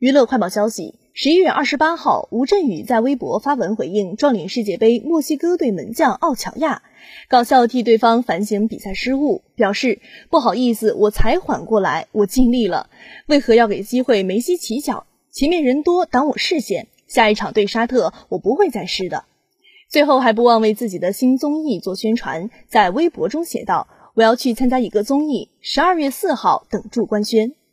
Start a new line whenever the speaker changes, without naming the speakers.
娱乐快报消息，11月28号，吴镇宇在微博发文回应撞脸世界杯墨西哥队门将奥乔亚，搞笑替对方反省比赛失误，表示不好意思，我才缓过来，我尽力了，为何要给机会梅西起脚？前面人多挡我视线，下一场对沙特我不会再失的。最后还不忘为自己的新综艺做宣传，在微博中写道：我要去参加一个综艺，12月4号等住官宣。